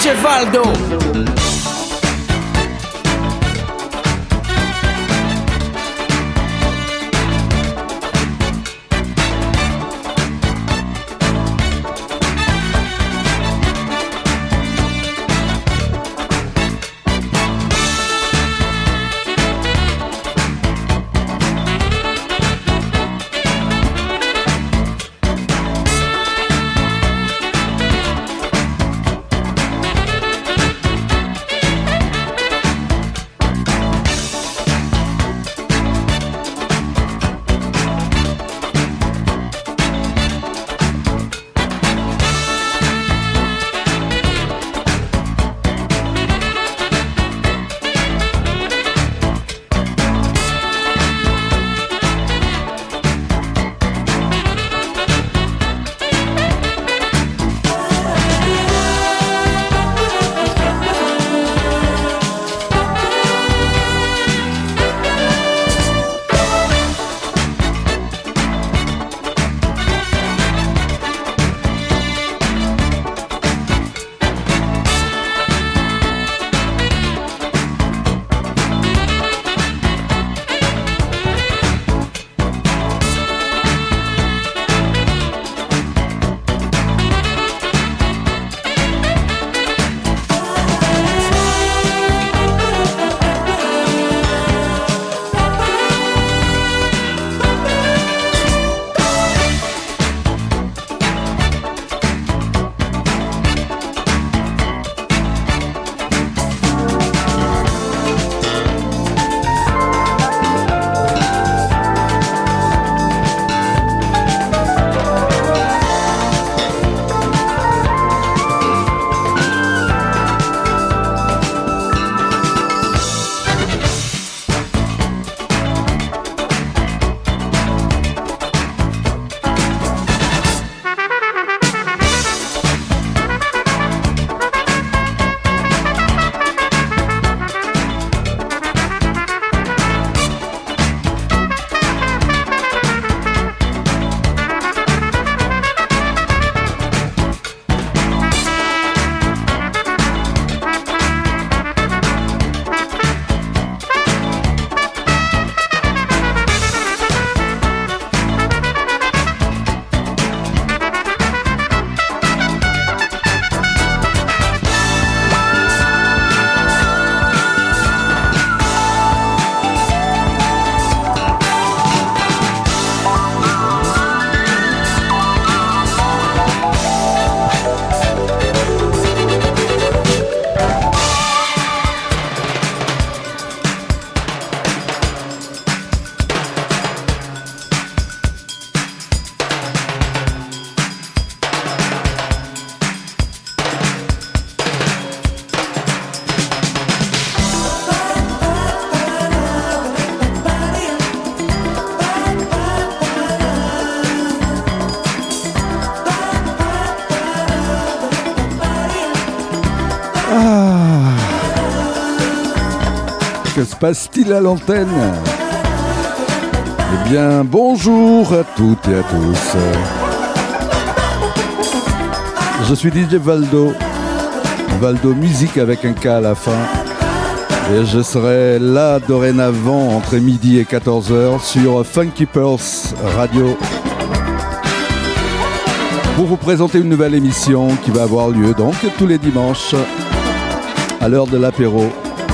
DJ Valdo. Que se passe-t-il à l'antenne ? Eh bien, bonjour à toutes et à tous. Je suis DJ Valdo. Valdo Musique avec un K à la fin. Et je serai là dorénavant entre midi et 14h sur Funky Pulse Radio pour vous présenter une nouvelle émission qui va avoir lieu donc tous les dimanches à l'heure de l'apéro.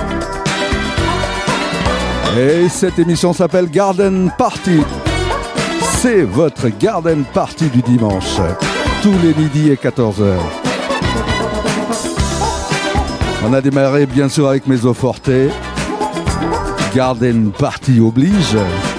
Et cette émission s'appelle Garden Party. C'est votre Garden Party du dimanche, tous les midis et 14h. On a démarré bien sûr avec Mezzo Forte. Garden Party oblige.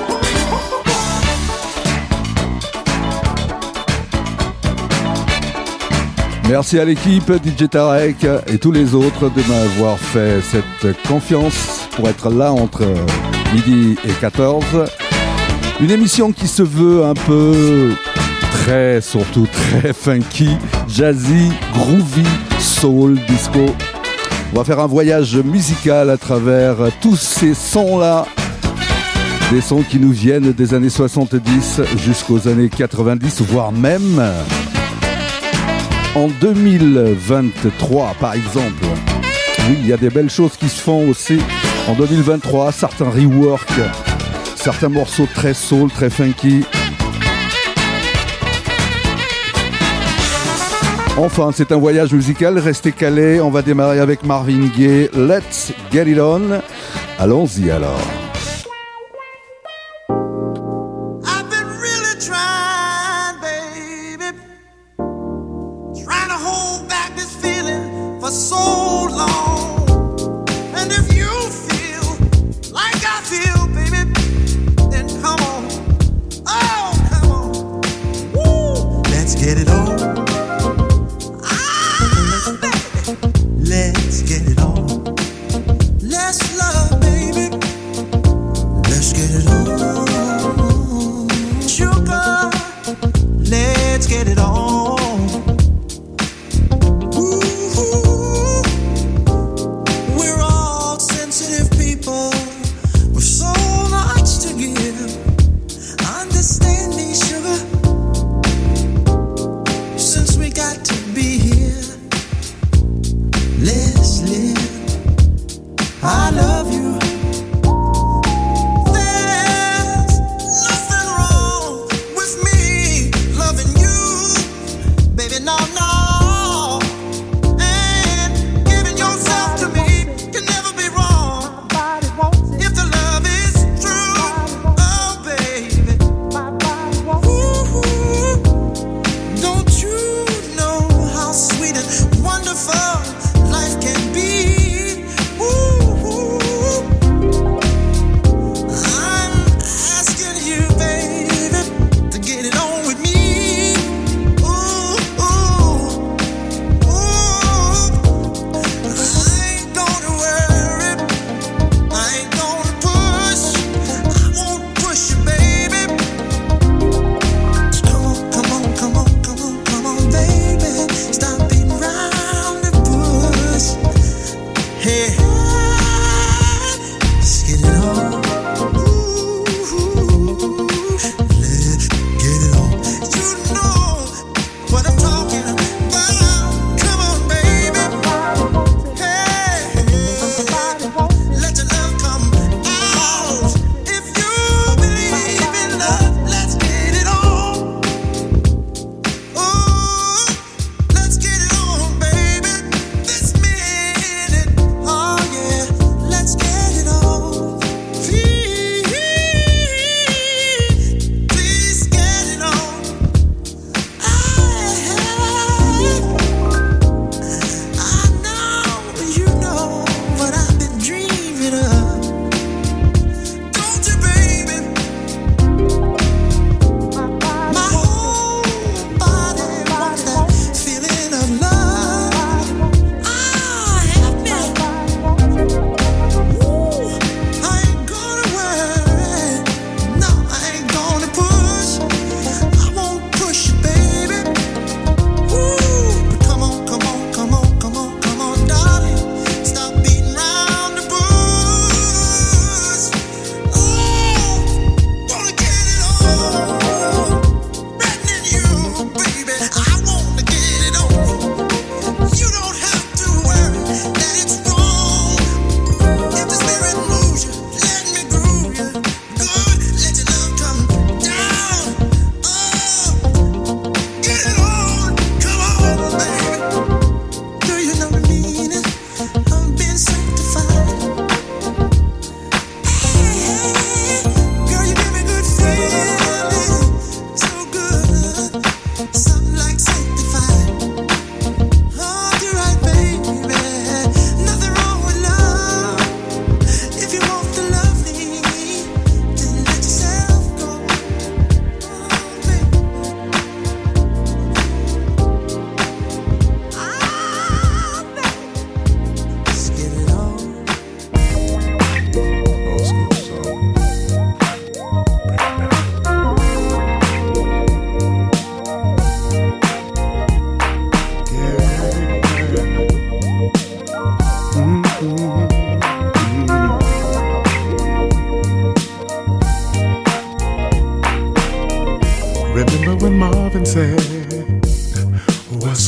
Merci à l'équipe DJ Tarek et tous les autres de m'avoir fait cette confiance pour être là entre midi et 14. Une émission qui se veut un peu surtout très funky, jazzy, groovy, soul, disco. On va faire un voyage musical à travers tous ces sons-là. Des sons qui nous viennent des années 70 jusqu'aux années 90, voire même en 2023 par exemple. Oui, il y a des belles choses qui se font aussi en 2023, certains reworks, certains morceaux très soul, très funky. Enfin, c'est un voyage musical, restez calés, on va démarrer avec Marvin Gaye, Let's Get It On. Allons-y alors. Sugar.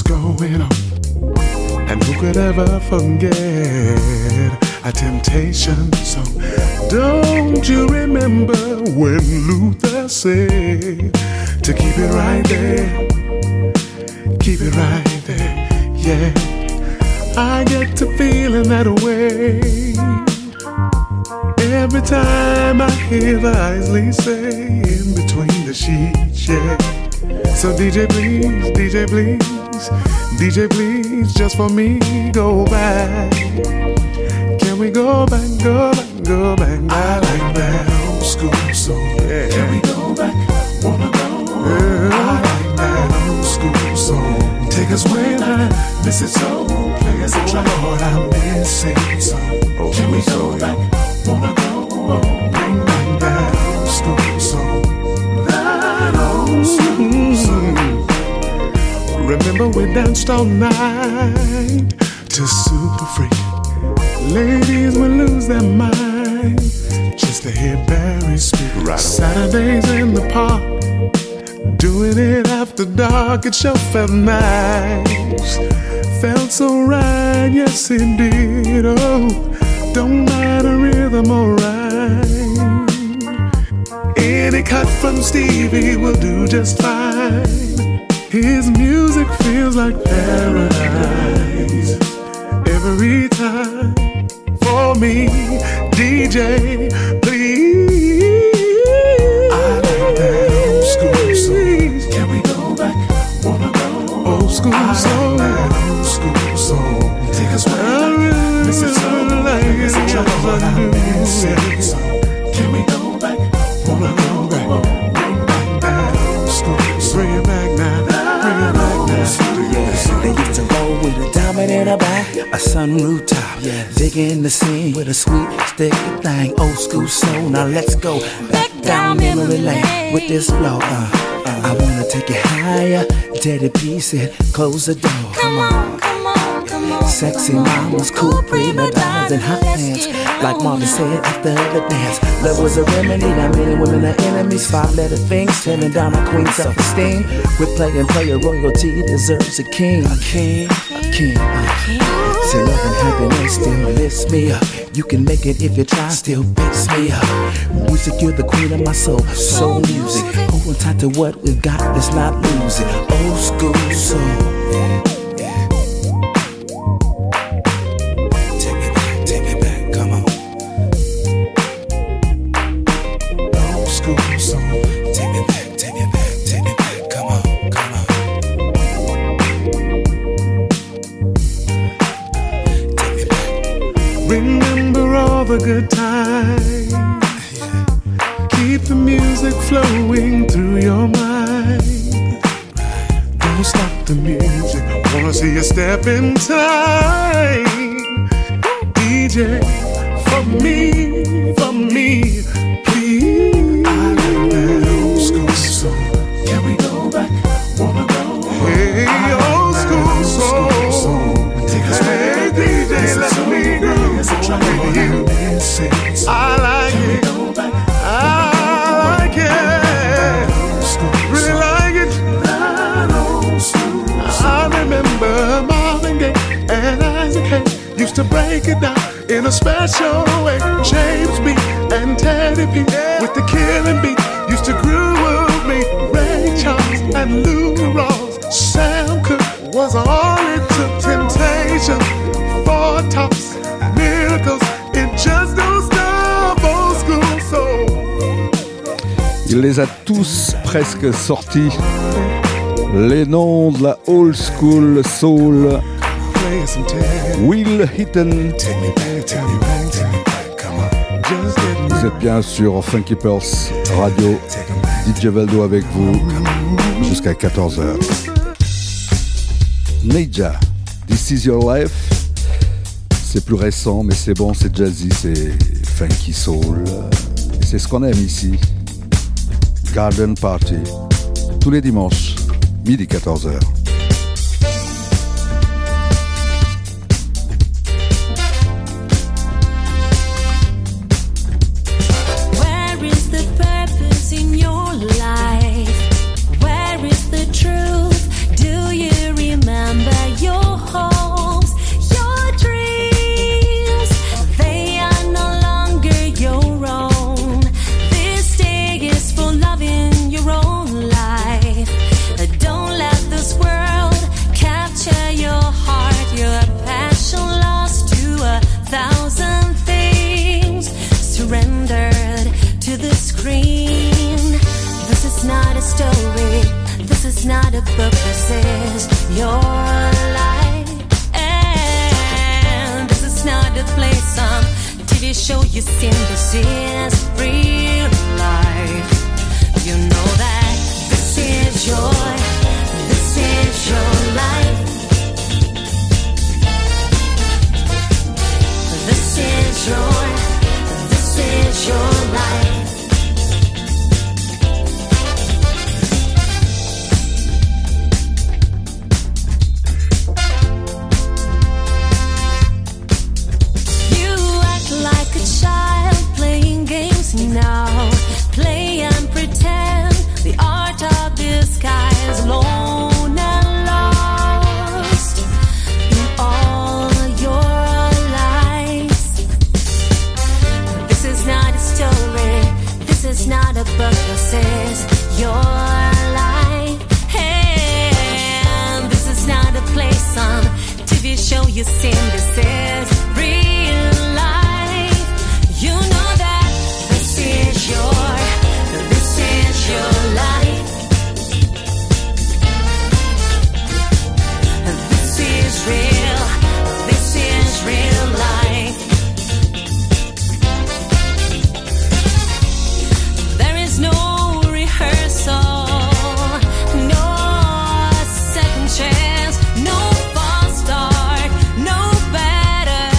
going on. And who could ever forget a temptation song? Don't you remember when Luther said to keep it right there, keep it right there, yeah. I get to feeling that way every time I hear the Isley say in between the sheets, yeah. So DJ please, DJ please, DJ please, just for me, go back. Can we go back, go back, go back? I like that old school song, yeah. Can we go back, wanna go? Yeah. I like that old school song. Take us way back, miss it so, play us a track. Lord, I miss it so. Can we go back, wanna go? Bring back that old school song. That old school song. Remember we danced all night to Super Freak. Ladies will lose their mind just to hear Barry speak. Right. Saturdays in the park, doing it after dark. It sure felt nice, felt so right, yes it did. Oh, don't matter rhythm or rhyme, any cut from Stevie will do just fine. His music feels like paradise every time. For me, DJ, please. I like that old school song. Can we go back? Wanna go? Old school song. I like that old school song. Take us where I really miss it so. Like it's a trouble I miss it so. Can we go back? Wanna go back? Bring back that old school song. Bring it back now. Bring it back now. They used to roll with a diamond in a back, a sunroof top, digging the scene with a sweet sticky thing. Old school soul, now let's go back down memory lane with this flow. I wanna take it higher, Teddy P said, close the door. Come on, come on, come on. Sexy mamas, cool prima donnas and hot pants, like Marvin said after the dance. Love was a remedy, now many women are enemies. 5-letter things, tearing down our queen's self-esteem. With player royalty deserves a king. A king, a king. Say love and happiness still lifts me up. You can make it if you try, still picks me up. Music, you're the queen of my soul. Soul music, holding tight to what we've got, let's not lose it. Old school soul. Remember all the good times. Keep the music flowing through your mind. Don't stop the music, wanna see you step in time. DJ, for me, please. I like that old school song. Can we go back? Wanna go? Hey, old school song. Hey, DJ, let me groove. I like it. I like it. Really like it. I remember Marvin Gaye and Isaac Hayes used to break it down in a special way. James B. and Teddy P. with the killing beat used to groove me. Ray Charles and Lou Rawls, Sam Cooke was all it took. Temptation, Four Tops, Miracles, it just don't stop. Old school soul. Il les a tous presque sortis. Les noms de la old school soul. Will Hinton. Vous êtes bien sur Funky Pulse Radio. DJ Valdo avec vous jusqu'à 14h. Neja, This Is Your Life. C'est plus récent, mais c'est bon, c'est jazzy, c'est funky soul. Et c'est ce qu'on aime ici. Garden Party, tous les dimanches, midi 14h. Where is the purpose in your life? Where is the truth? Do you remember? not a book, this is your life. And this is not a play some TV show you seen, this is real life. You know that this is your life. This is your life. You act like a child playing games now. Play and pretend the art of disguise, alone and lost in all your lies. This is not a story, this is not a book, this is your life. And this is not a play some TV show you seen, this is real life. You know that this is your life. This is real life. There is no rehearsal, no second chance, no false start, no better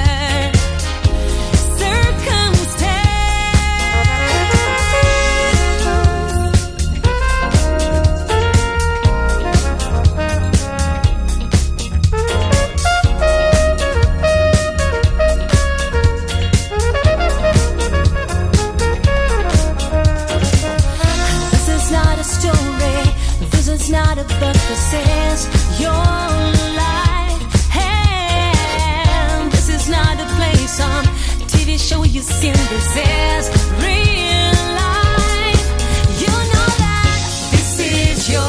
not a book, this is your life. And this is not a play some TV show you seen, this is real life. You know that this is your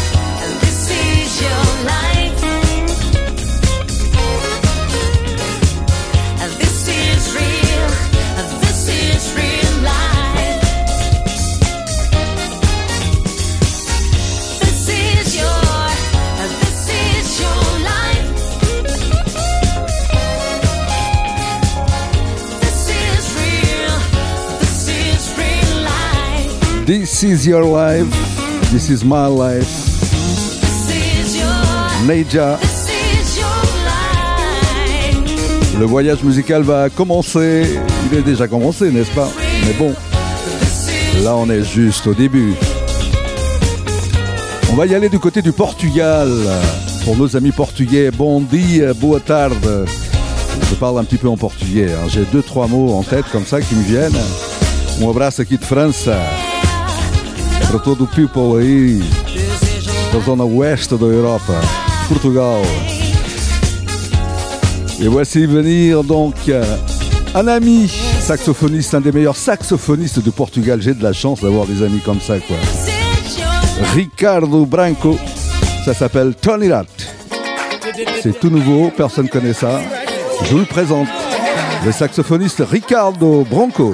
life. This is real life. This is your life. This is real life. This is your life, this is my life. This is your Neija. This is your life. Le voyage musical va commencer. Il est déjà commencé, n'est-ce pas? Mais bon, là on est juste au début. On va y aller du côté du Portugal. Pour nos amis portugais, bon dia, boa tarde. Je parle un petit peu en portugais. Hein. J'ai 2-3 mots en tête comme ça qui me viennent. Abraço aqui de França. Para todo o people aí da zona oeste da Europa, Portugal. Et voici venir donc un ami saxophoniste, un des meilleurs saxophonistes de Portugal. J'ai de la chance d'avoir des amis comme ça, quoi. Ricardo Branco, ça s'appelle Turn It Up. C'est tout nouveau, personne ne connaît ça. Je vous le présente, le saxophoniste Ricardo Branco.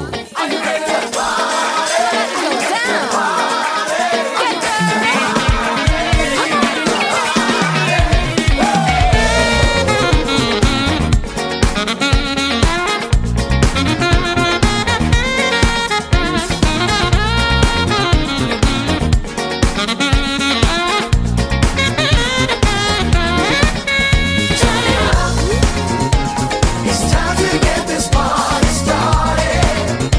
It's time to get this party started.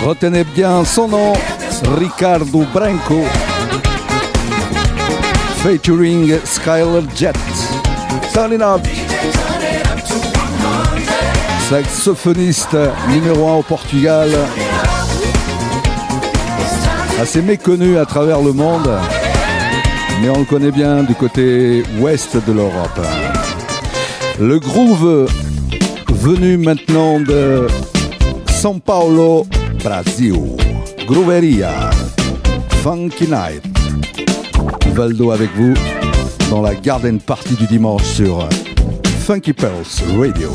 Retenez bien son nom, Ricardo Branco, featuring Skylar Jet. Turn it up. Saxophoniste numéro 1 au Portugal, assez méconnu à travers le monde, mais on le connaît bien du côté ouest de l'Europe. Le groove venu maintenant de São Paulo, Brasil. Grooveria, Funky Night. Valdo avec vous dans la Garden Party du dimanche sur Funky Pulse Radio.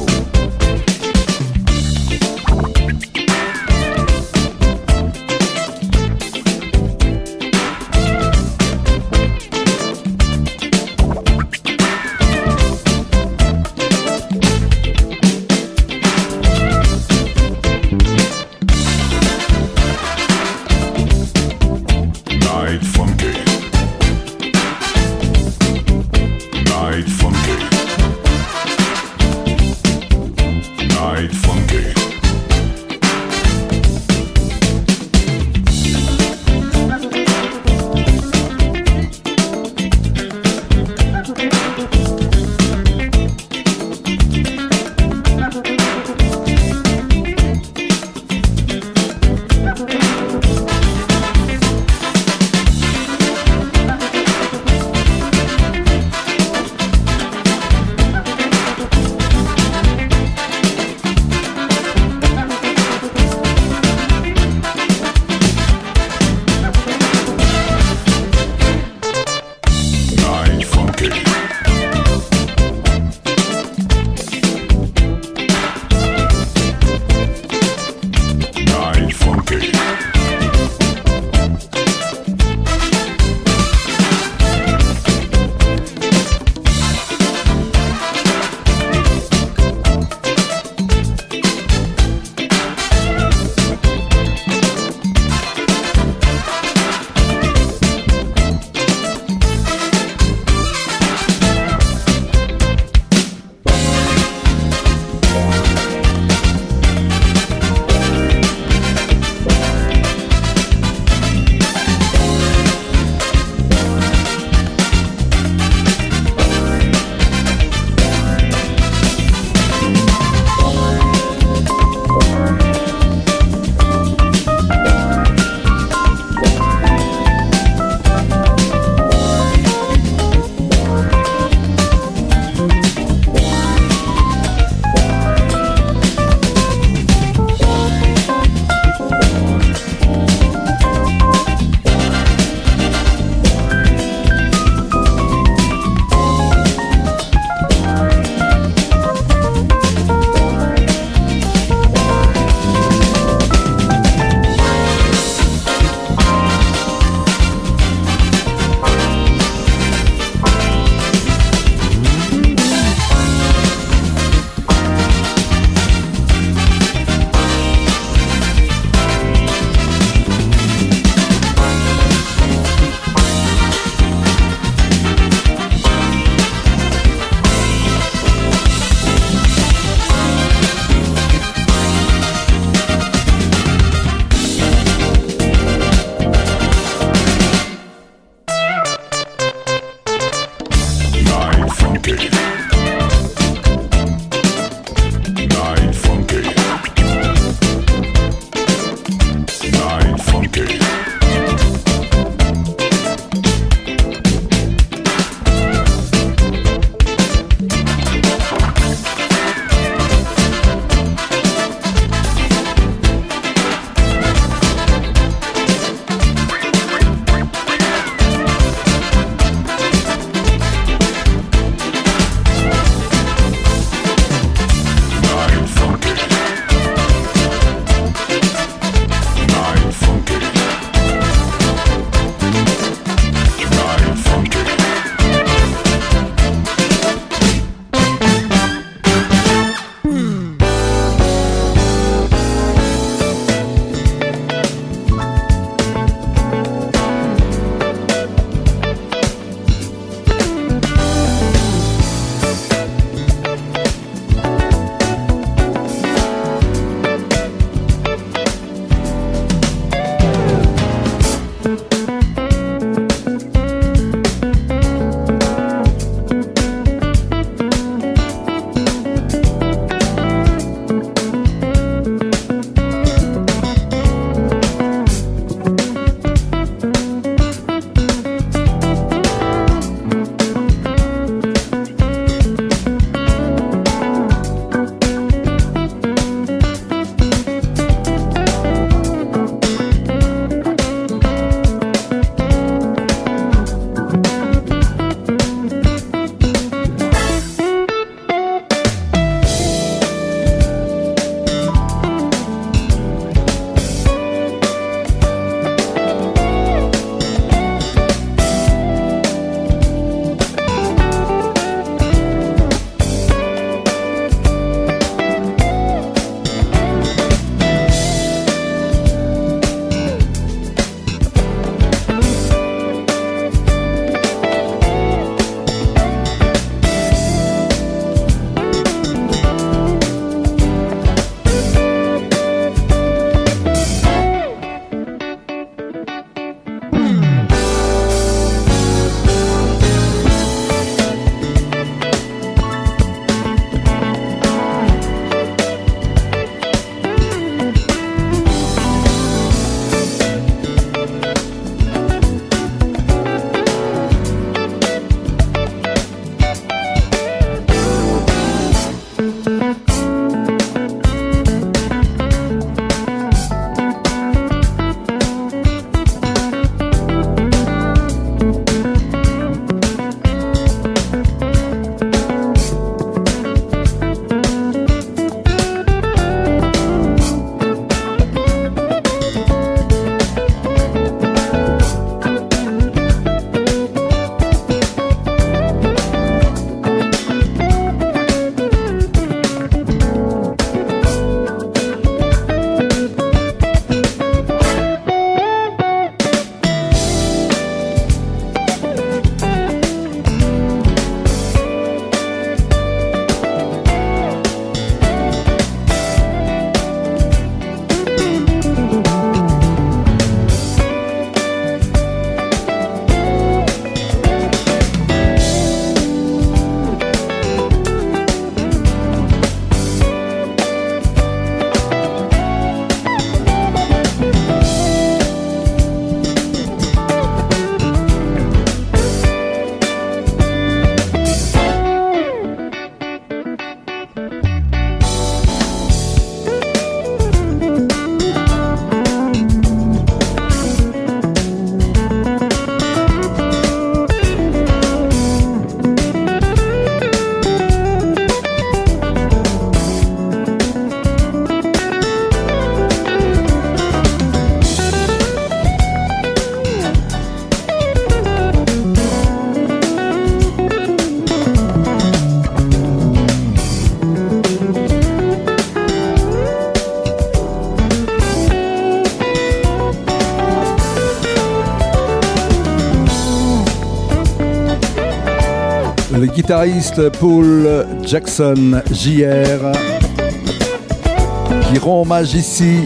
le guitariste Paul Jackson JR qui rend hommage ici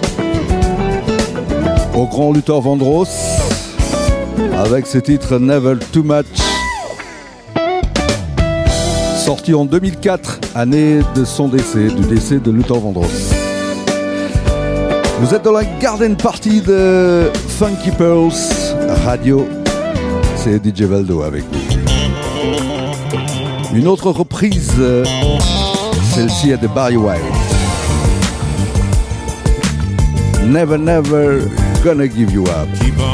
au grand Luther Vandross avec ce titre Never Too Much, sorti en 2004, année de son décès, du décès de Luther Vandross. Vous êtes dans la garden party de Funky Pearls Radio, c'est DJ Valdo avec vous. Une autre reprise, celle-ci est de Barry White. Never, never gonna give you up.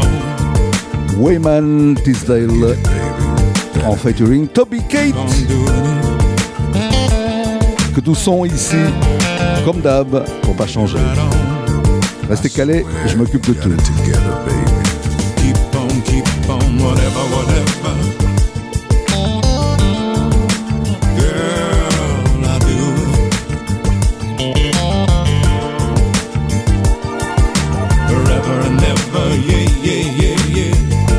Wayman Tisdale en featuring Toby Keith. Que tout son ici, comme d'hab, pour pas changer. Restez calés, je m'occupe de tout. Keep on, whatever, whatever. Girl, I do it. Forever and ever, yeah, yeah, yeah, yeah.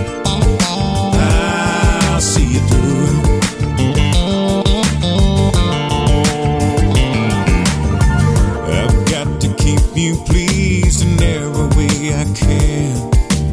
I'll see you through it. I've got to keep you pleased in every way I can.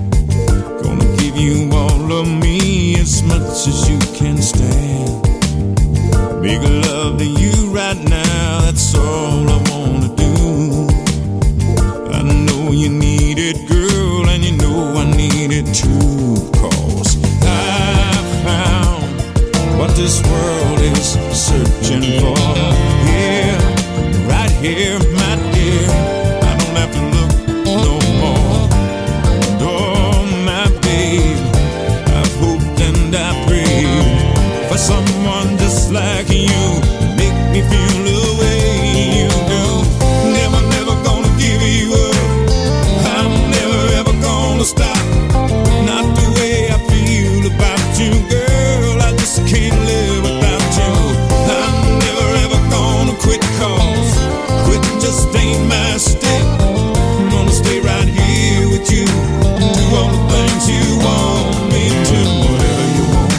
You all of me as much as you can stand. Make love to you right now, that's all I wanna do. I know you need it, girl, and you know I need it too. 'Cause I found what this world is searching for. Yeah, right here, my dear. I don't have to look no more. For someone just like you, make me feel the way you do. Never, never gonna give you up. I'm never ever gonna stop. Not the way I feel about you, girl. I just can't live without you. I'm never ever gonna quit, 'cause quitting just ain't my stick. I'm gonna stay right here with you. Do all the things you want me to. Whatever you want.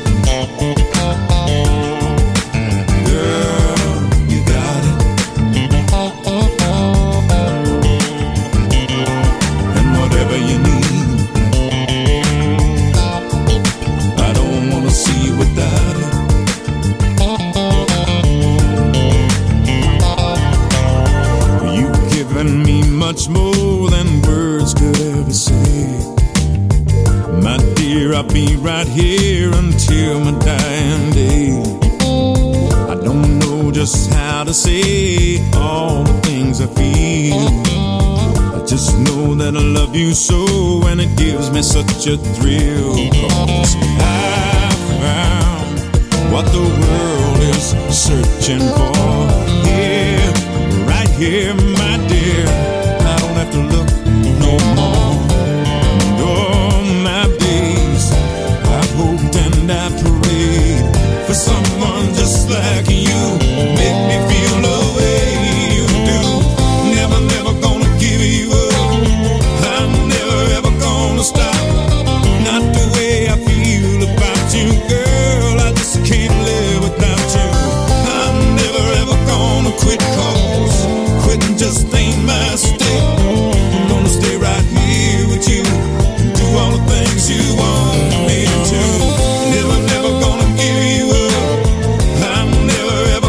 Much more than words could ever say. My dear, I'll be right here until my dying day. I don't know just how to say all the things I feel. I just know that I love you so, and it gives me such a thrill. 'Cause I found what the world is searching for. Yeah, right here, my dear. I don't have to look no more. All my days I've hoped and I prayed for someone just like you. Make me feel the way you do. Never, never gonna give you up. I'm never ever gonna stop. Not the way I feel about you, girl. I just can't live without you. I'm never ever gonna quit, 'cause quitting just ain't my stick. I'm gonna stay right here with you and do all the things you want me to. Never, never gonna give you up. I'm never ever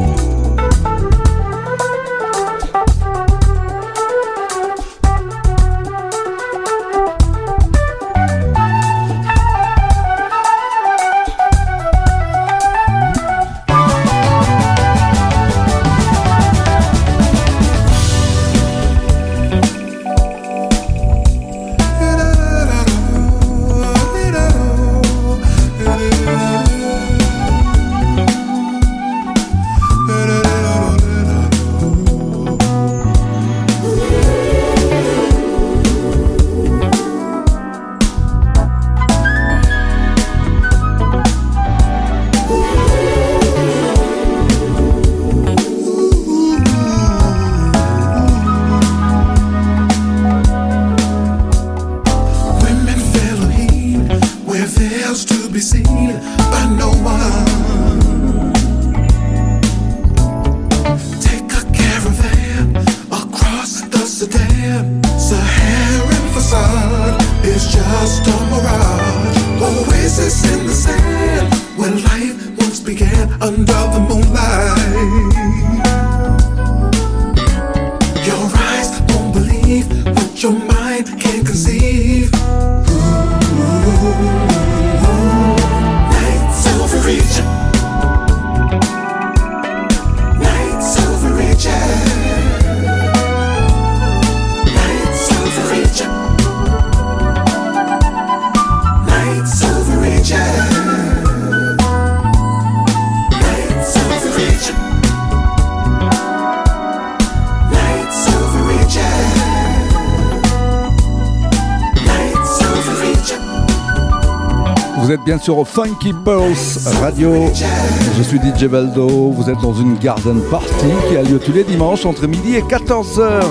Vous êtes bien sûr au Funky Pulse Radio. Je suis DJ Valdo. Vous êtes dans une garden party qui a lieu tous les dimanches entre midi et 14h.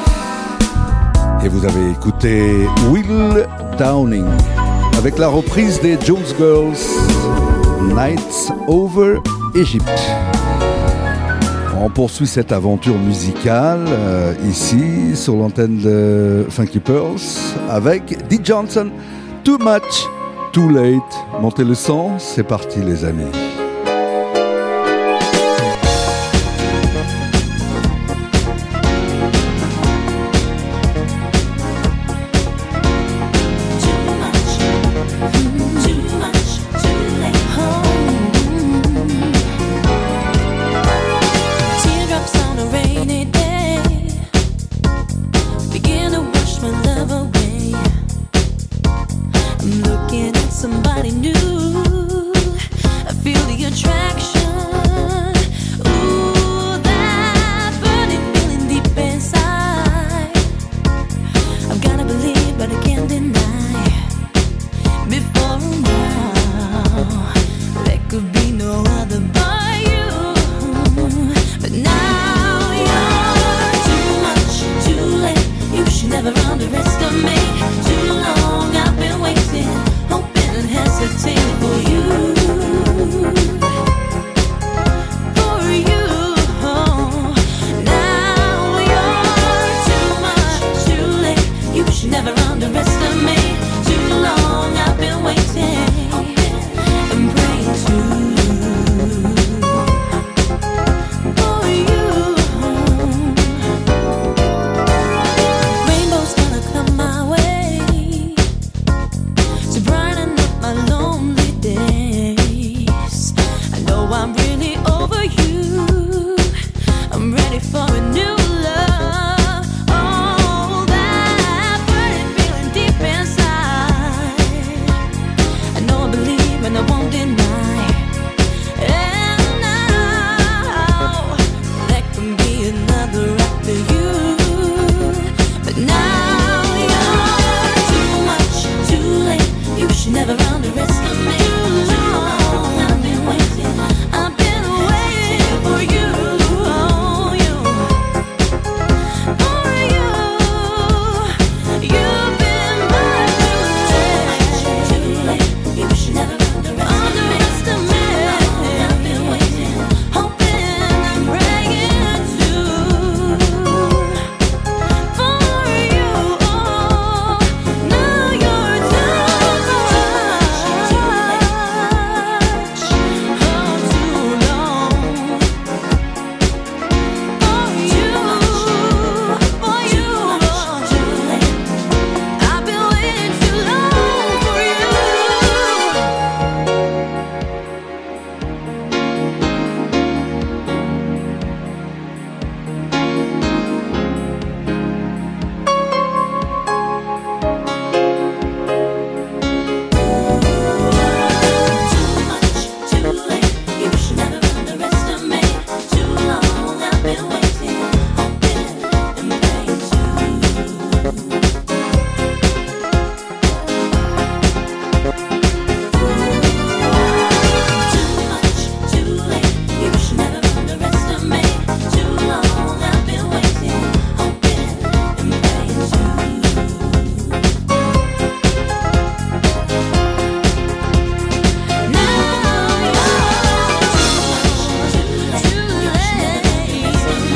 Et vous avez écouté Will Downing avec la reprise des Jones Girls, Nights Over Egypt. On poursuit cette aventure musicale ici sur l'antenne de Funky Pulse avec Dee Johnson, Too Much, Too Late. Montez le son, c'est parti les amis. Somebody new, I feel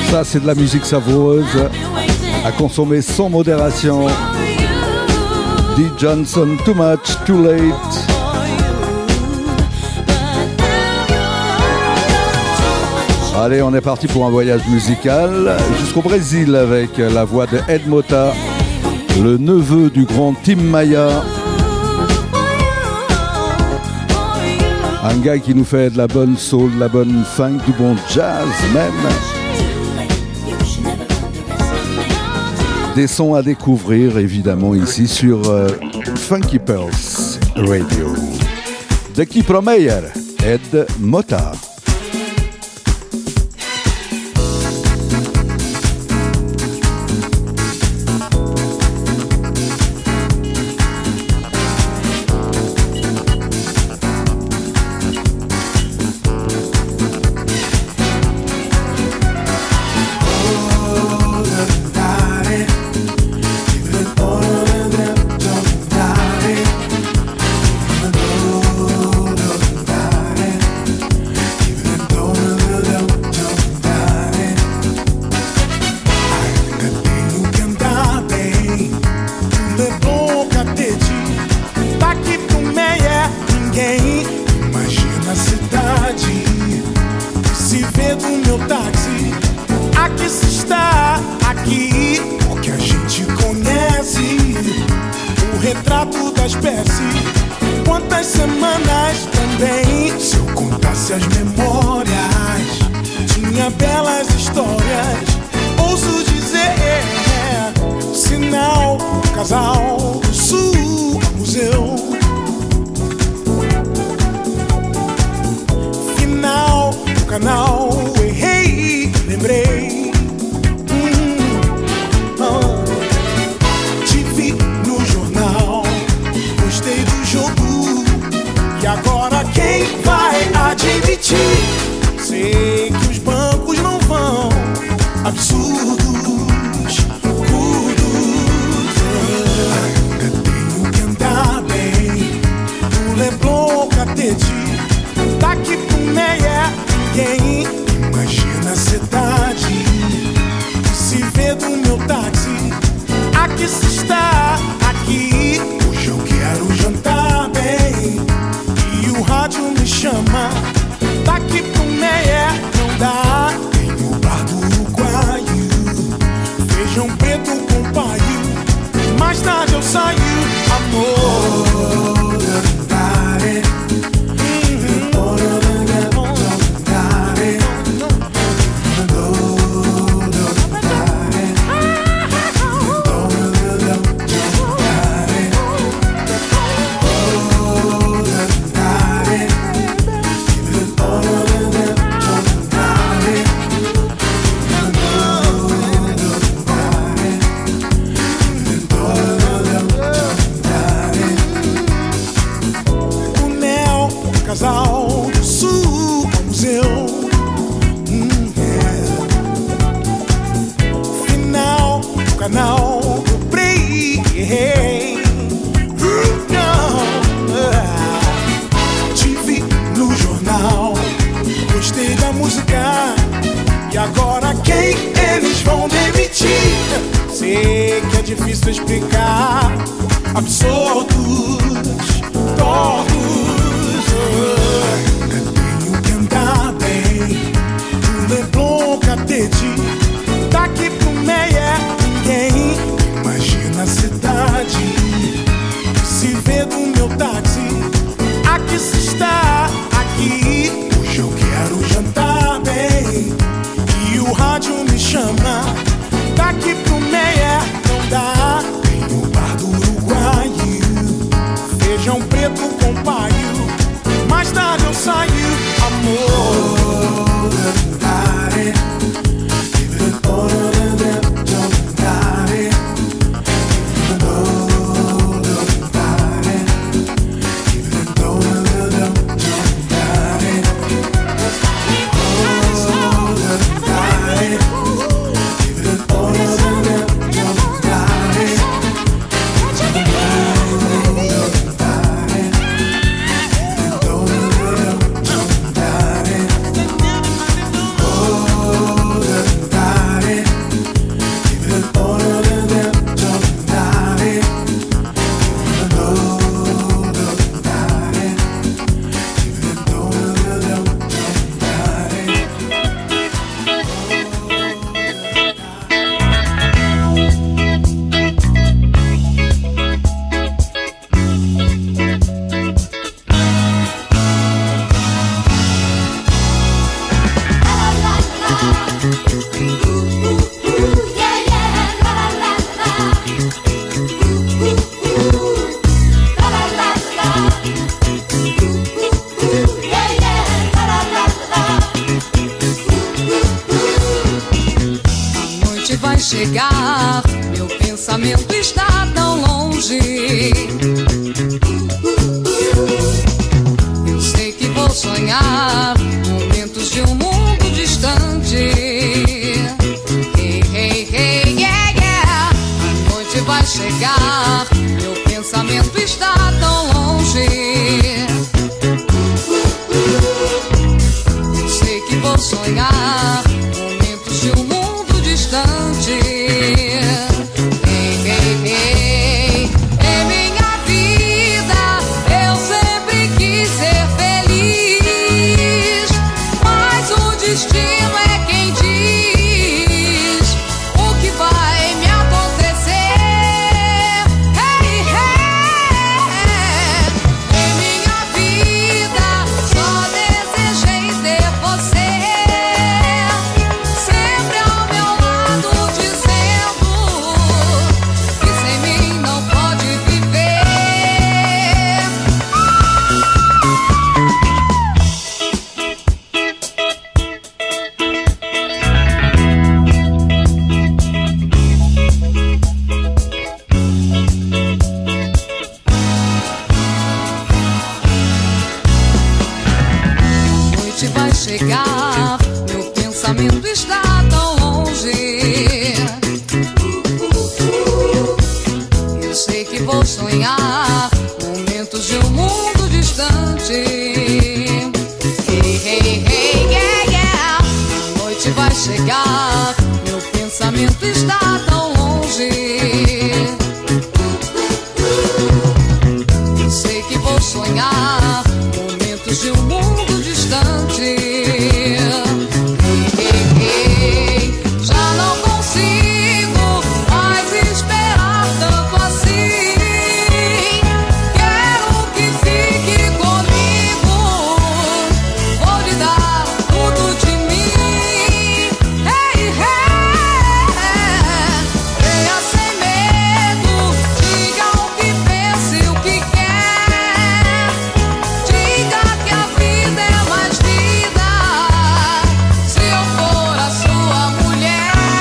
Ça, c'est de la musique savoureuse à consommer sans modération. D. Johnson, Too Much, Too Late. Allez, on est parti pour un voyage musical jusqu'au Brésil avec la voix de Ed Mota, le neveu du grand Tim Maia. Un gars qui nous fait de la bonne soul, de la bonne funk, du bon jazz même. Des sons à découvrir évidemment ici sur Funky Pearls Radio. Daqui para o Meyer, Ed Mota. Daqui pro Meia não dá. Tem o bar do Uruguai, feijão preto com noite vai chegar, meu pensamento está tão longe. Eu sei que vou sonhar momentos de um mundo distante. Hey, hey, hey, yeah, yeah. A noite vai chegar, meu pensamento está tão longe. Eu sei que vou sonhar momentos de um mundo distante. Hey, hey, hey. Em minha vida eu sempre quis ser feliz, mas o destino é quem diz o que vai me acontecer. Hey, hey. Em minha vida só desejei ter você sempre ao meu lado, dizendo que sem mim não pode viver. Noite vai chegar, meu pensamento está tão longe. Eu sei que vou sonhar momentos de um mundo distante. Hey, hey, hey, yeah, yeah. A noite vai chegar, meu pensamento está tão longe. Eu sei que vou sonhar momentos de um mundo distante. Hey, hey, hey. Já não consigo mais esperar tanto assim. Quero que fique comigo. Vou lhe dar tudo de mim. Hey, hey. Venha sem medo, diga o que pensa e o que quer. Diga que a vida é mais vida se eu for a sua mulher.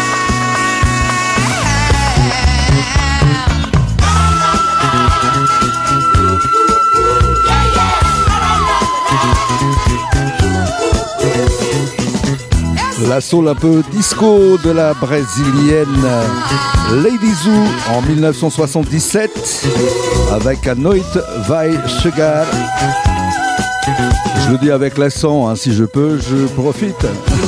La soul un peu disco de la brésilienne Lady Zoo en 1977 avec A Noite Vai Chegar. Je le dis avec l'accent, hein, si je peux, je profite.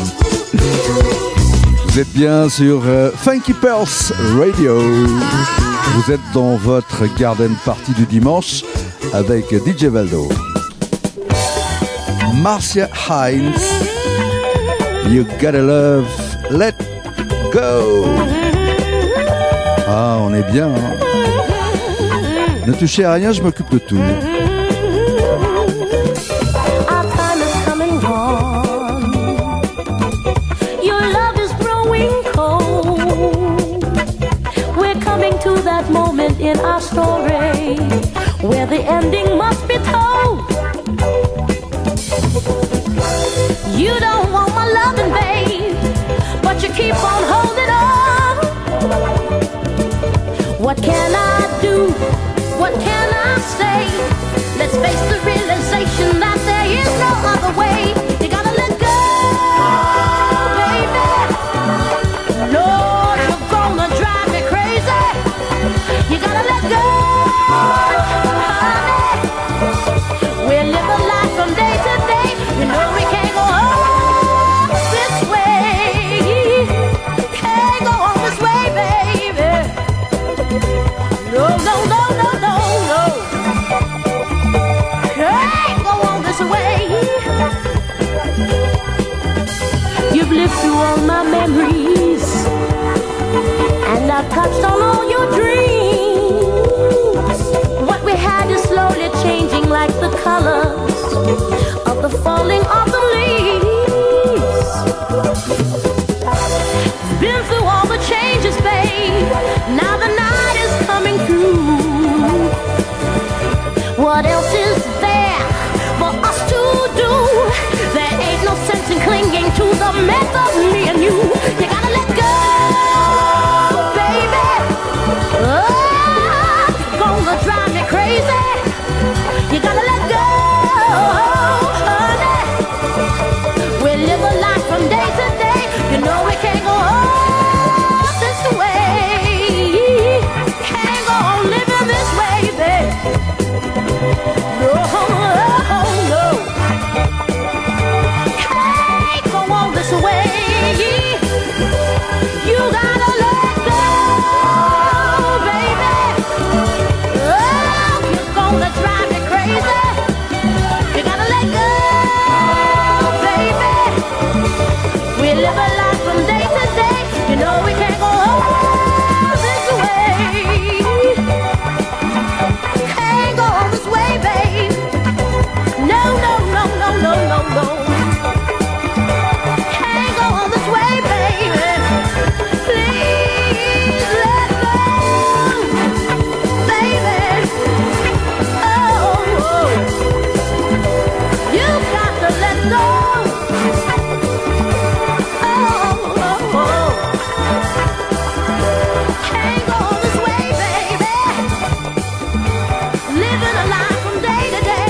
Vous êtes bien sur Funky Pearls Radio. Vous êtes dans votre garden party du dimanche avec DJ Valdo. Marcia Hines, You Gotta Love, Let Go. Ah, on est bien, hein. Ne touchez à rien, je m'occupe de tout. Our time is come and gone. Your love is growing cold. We're coming to that moment in our story where the ending must be told. You don't want my loving, babe, but you keep on holding on. What can I do? What can I say? Let's face the realization that there is no other way. You gotta let go, baby. Lord, you're gonna drive me crazy. You gotta let go, honey. We're living life from day to day. You know we can't go on this way. Can't go on this way, baby. No, no, no, no, no, no. Can't go on this way. You've lived through all my memories, and I've touched on all your dreams. What we had is slowly changing like the colors of the falling of the leaves. Been through all the changes, babe. Now the night is coming through. What else is there for us to do? There ain't no sense in clinging to the mess of me and you. You gotta let go. You gotta let go, baby. Oh, you're gonna drive me crazy. You gotta let go, baby. We live a life from day to day. You know we can't go on this way. Can't go on this way, babe. No, no, no, no, no, no, no. Can't go on this way, baby. Please let go, baby. Oh, you've got to let go. Can't go this way, baby. Living a life from day to day.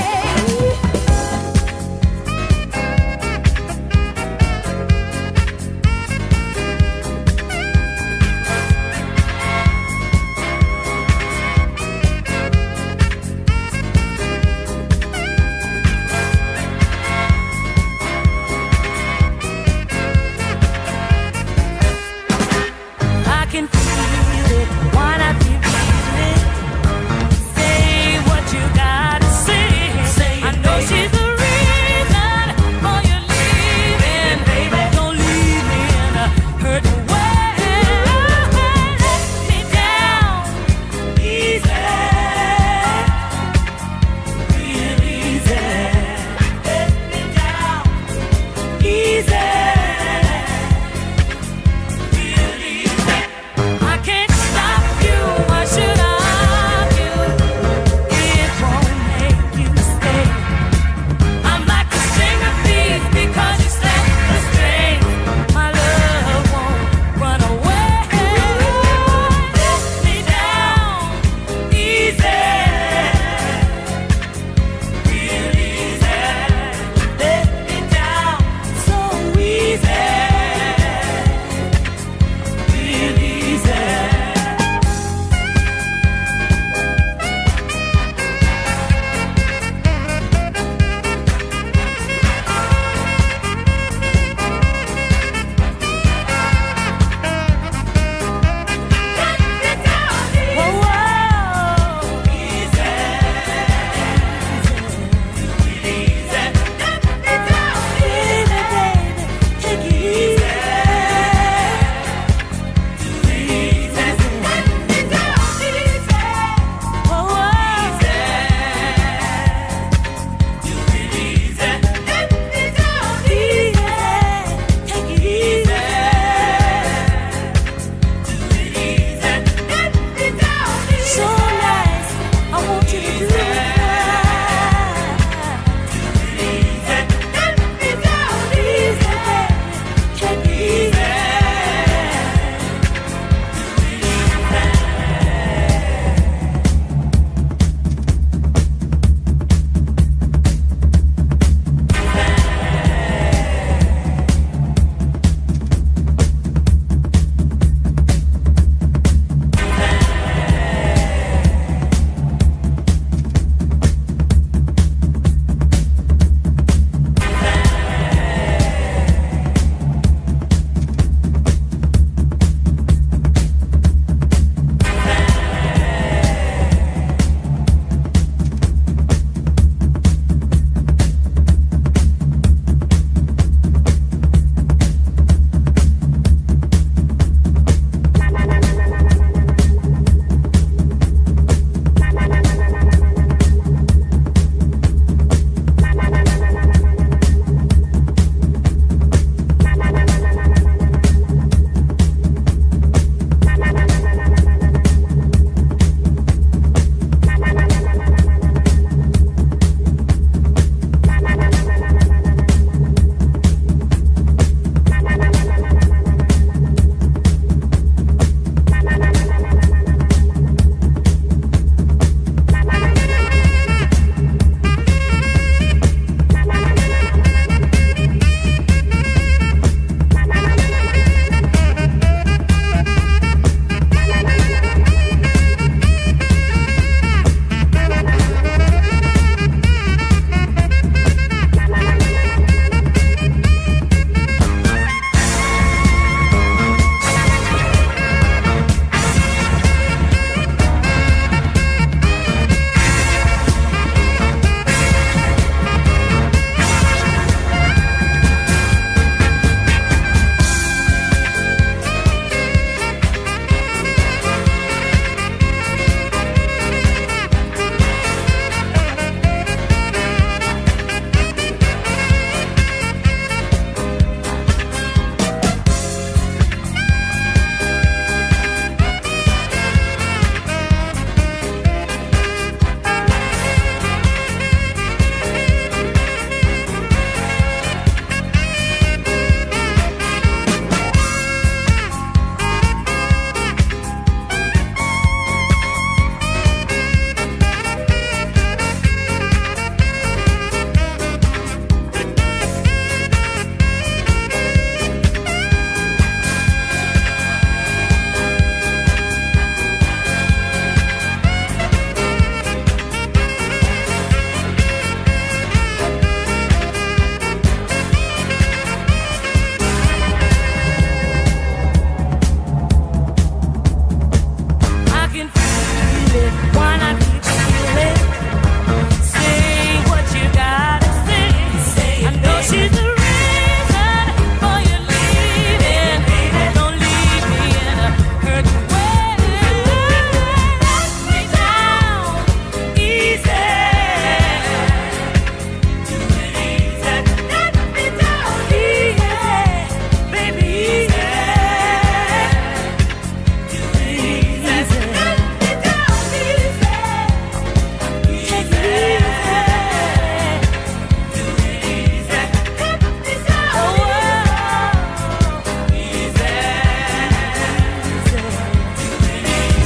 I can feel it, wanna feel it. Say what you gotta say. I know she's the reason for your leaving, baby. Don't leave me in a hurt way. Let me down, easy, real easy. Let me down, easy. I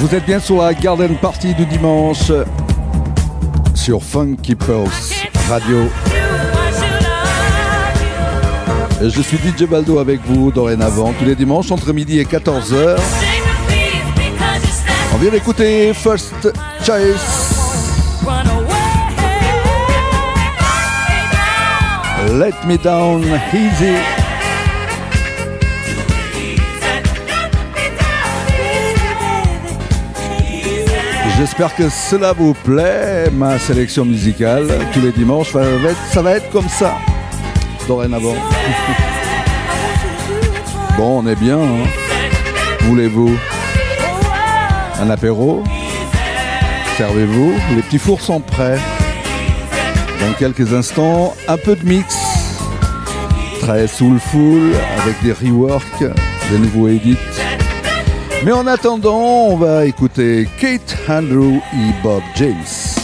Vous êtes bien sur la Garden Party du dimanche sur Funky Pulse Radio. Et je suis DJ Baldo avec vous dorénavant tous les dimanches entre midi et 14h. On vient d'écouter First Choice. Let Me Down Easy. J'espère que cela vous plaît, ma sélection musicale. Tous les dimanches, ça va être comme ça, dorénavant. Bon, on est bien, hein. Voulez-vous un apéro? Servez-vous, les petits fours sont prêts. Dans quelques instants, un peu de mix. Très soulful, avec des reworks, des nouveaux edits. Mais en attendant, on va écouter Keith Andrews et Bob James.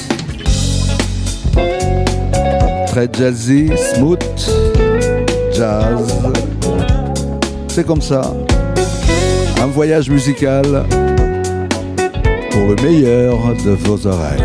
Très jazzy, smooth, jazz. C'est comme ça. Un voyage musical pour le meilleur de vos oreilles.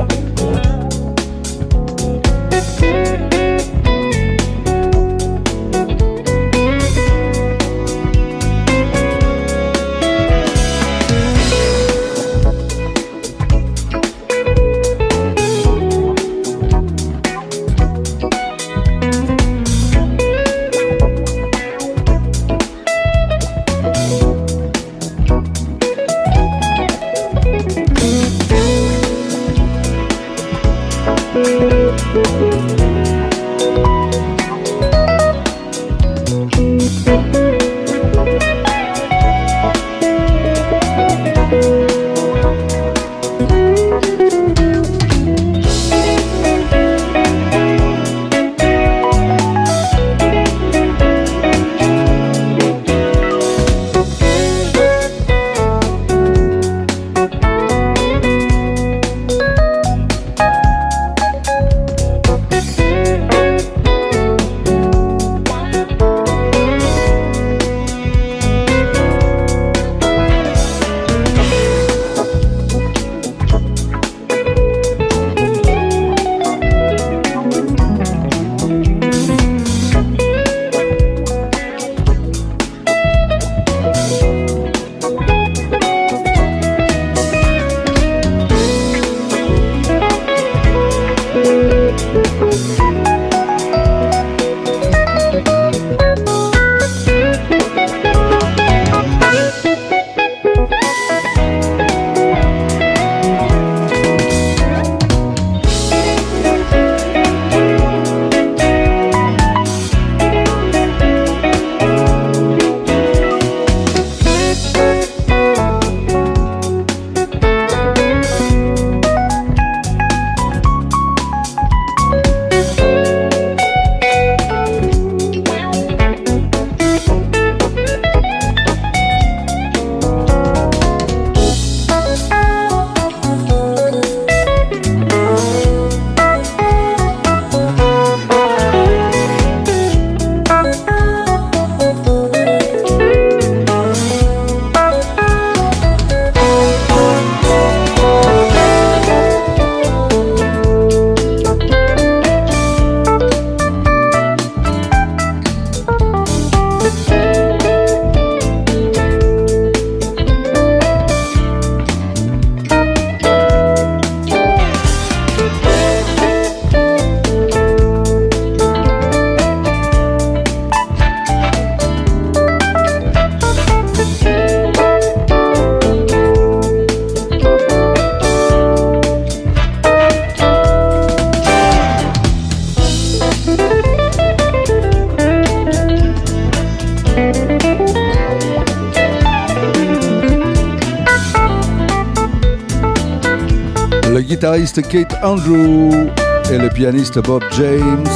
Le guitariste Keith Andrews et le pianiste Bob James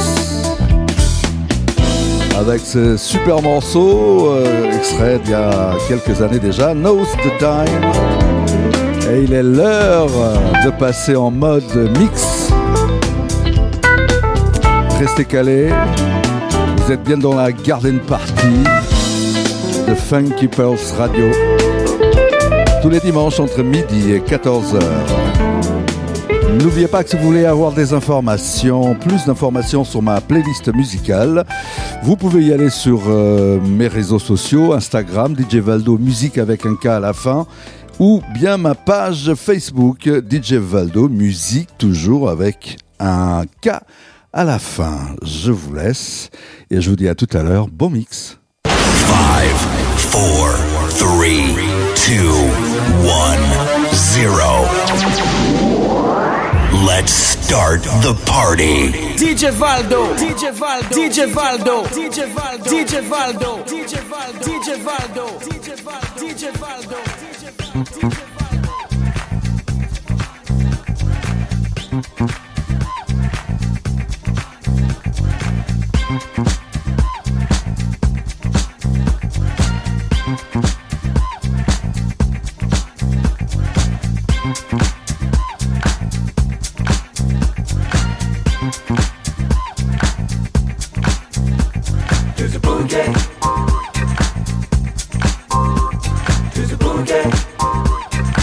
avec ce super morceau extrait d'il y a quelques années déjà, Now's the Time. Et il est l'heure de passer en mode mix. Restez calés, vous êtes bien dans la Garden Party de Funky Pulse Radio. tous les dimanches entre midi et 14h. N'oubliez pas que si vous voulez avoir des informations, plus d'informations sur ma playlist musicale, vous pouvez y aller sur mes réseaux sociaux, Instagram, DJ Valdo Musique avec un K à la fin, ou bien ma page Facebook, DJ Valdo Musique, toujours avec un K à la fin. Je vous laisse et je vous dis à tout à l'heure. Bon mix. 5, 4, 3, 2, 1, 0. Let's start the party. DJ Valdo, DJ Valdo, DJ Valdo, DJ Valdo, DJ Valdo, DJ Valdo, DJ Valdo, DJ Valdo, DJ Valdo, DJ Valdo. To the boogie.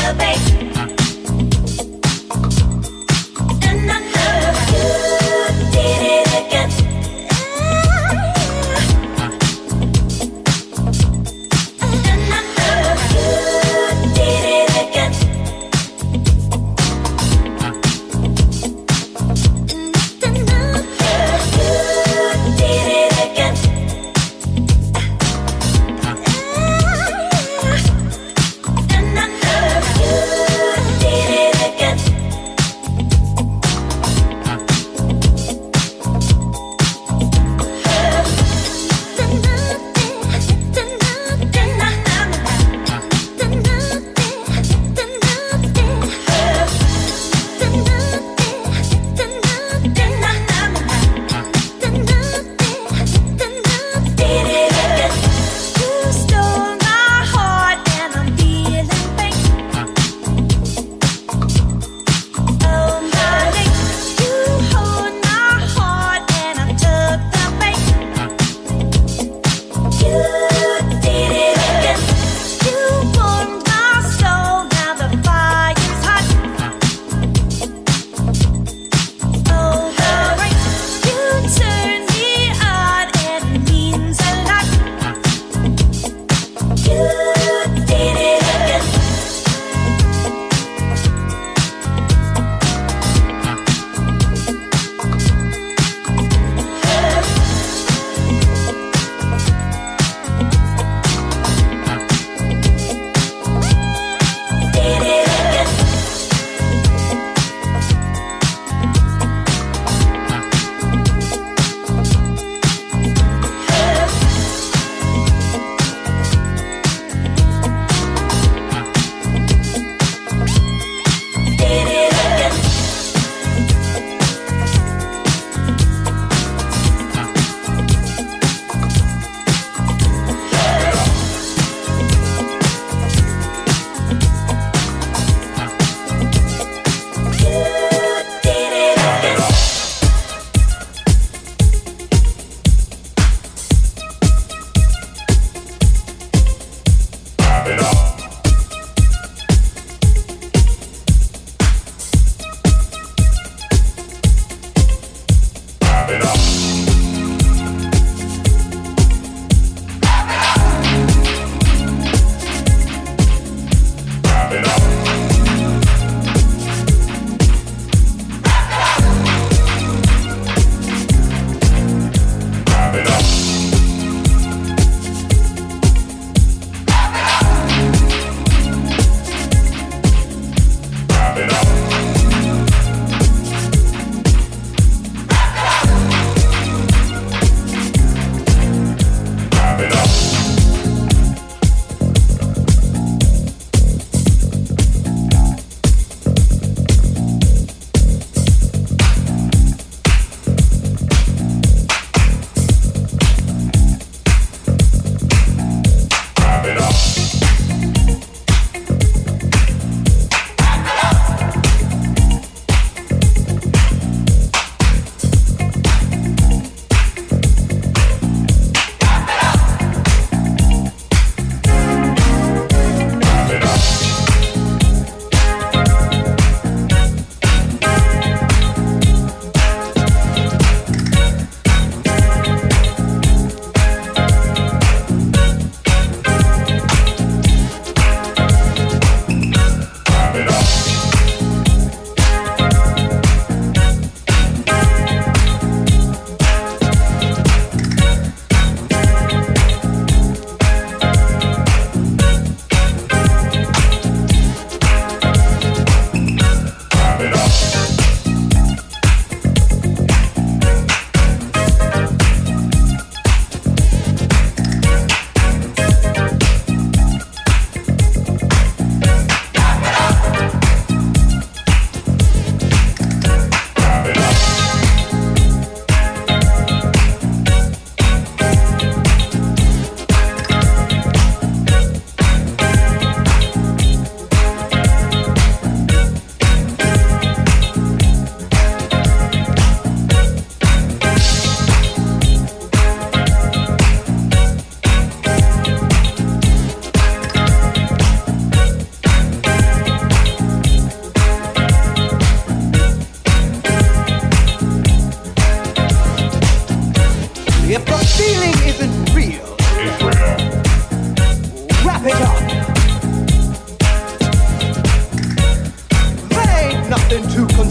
And I love you.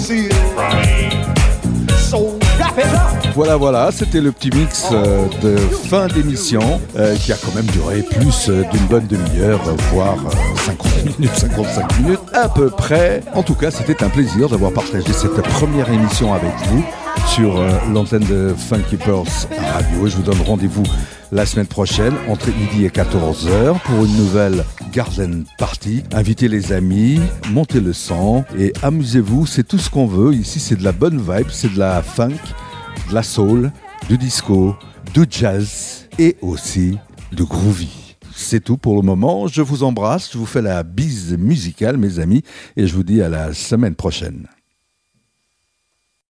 see it. So wrap it up. Voilà, c'était le petit mix de fin d'émission qui a quand même duré plus d'une bonne demi-heure, voire 50 minutes, 55 minutes à peu près. En tout cas, c'était un plaisir d'avoir partagé cette première émission avec vous sur l'antenne de Funky Pearls Radio. Et je vous donne rendez-vous la semaine prochaine entre midi et 14h pour une nouvelle Garden Party. Invitez les amis, montez le son et amusez-vous, c'est tout ce qu'on veut. Ici, c'est de la bonne vibe, c'est de la funk, de la soul, du disco, du jazz et aussi de groovy. C'est tout pour le moment. Je vous embrasse, je vous fais la bise musicale, mes amis, et je vous dis à la semaine prochaine.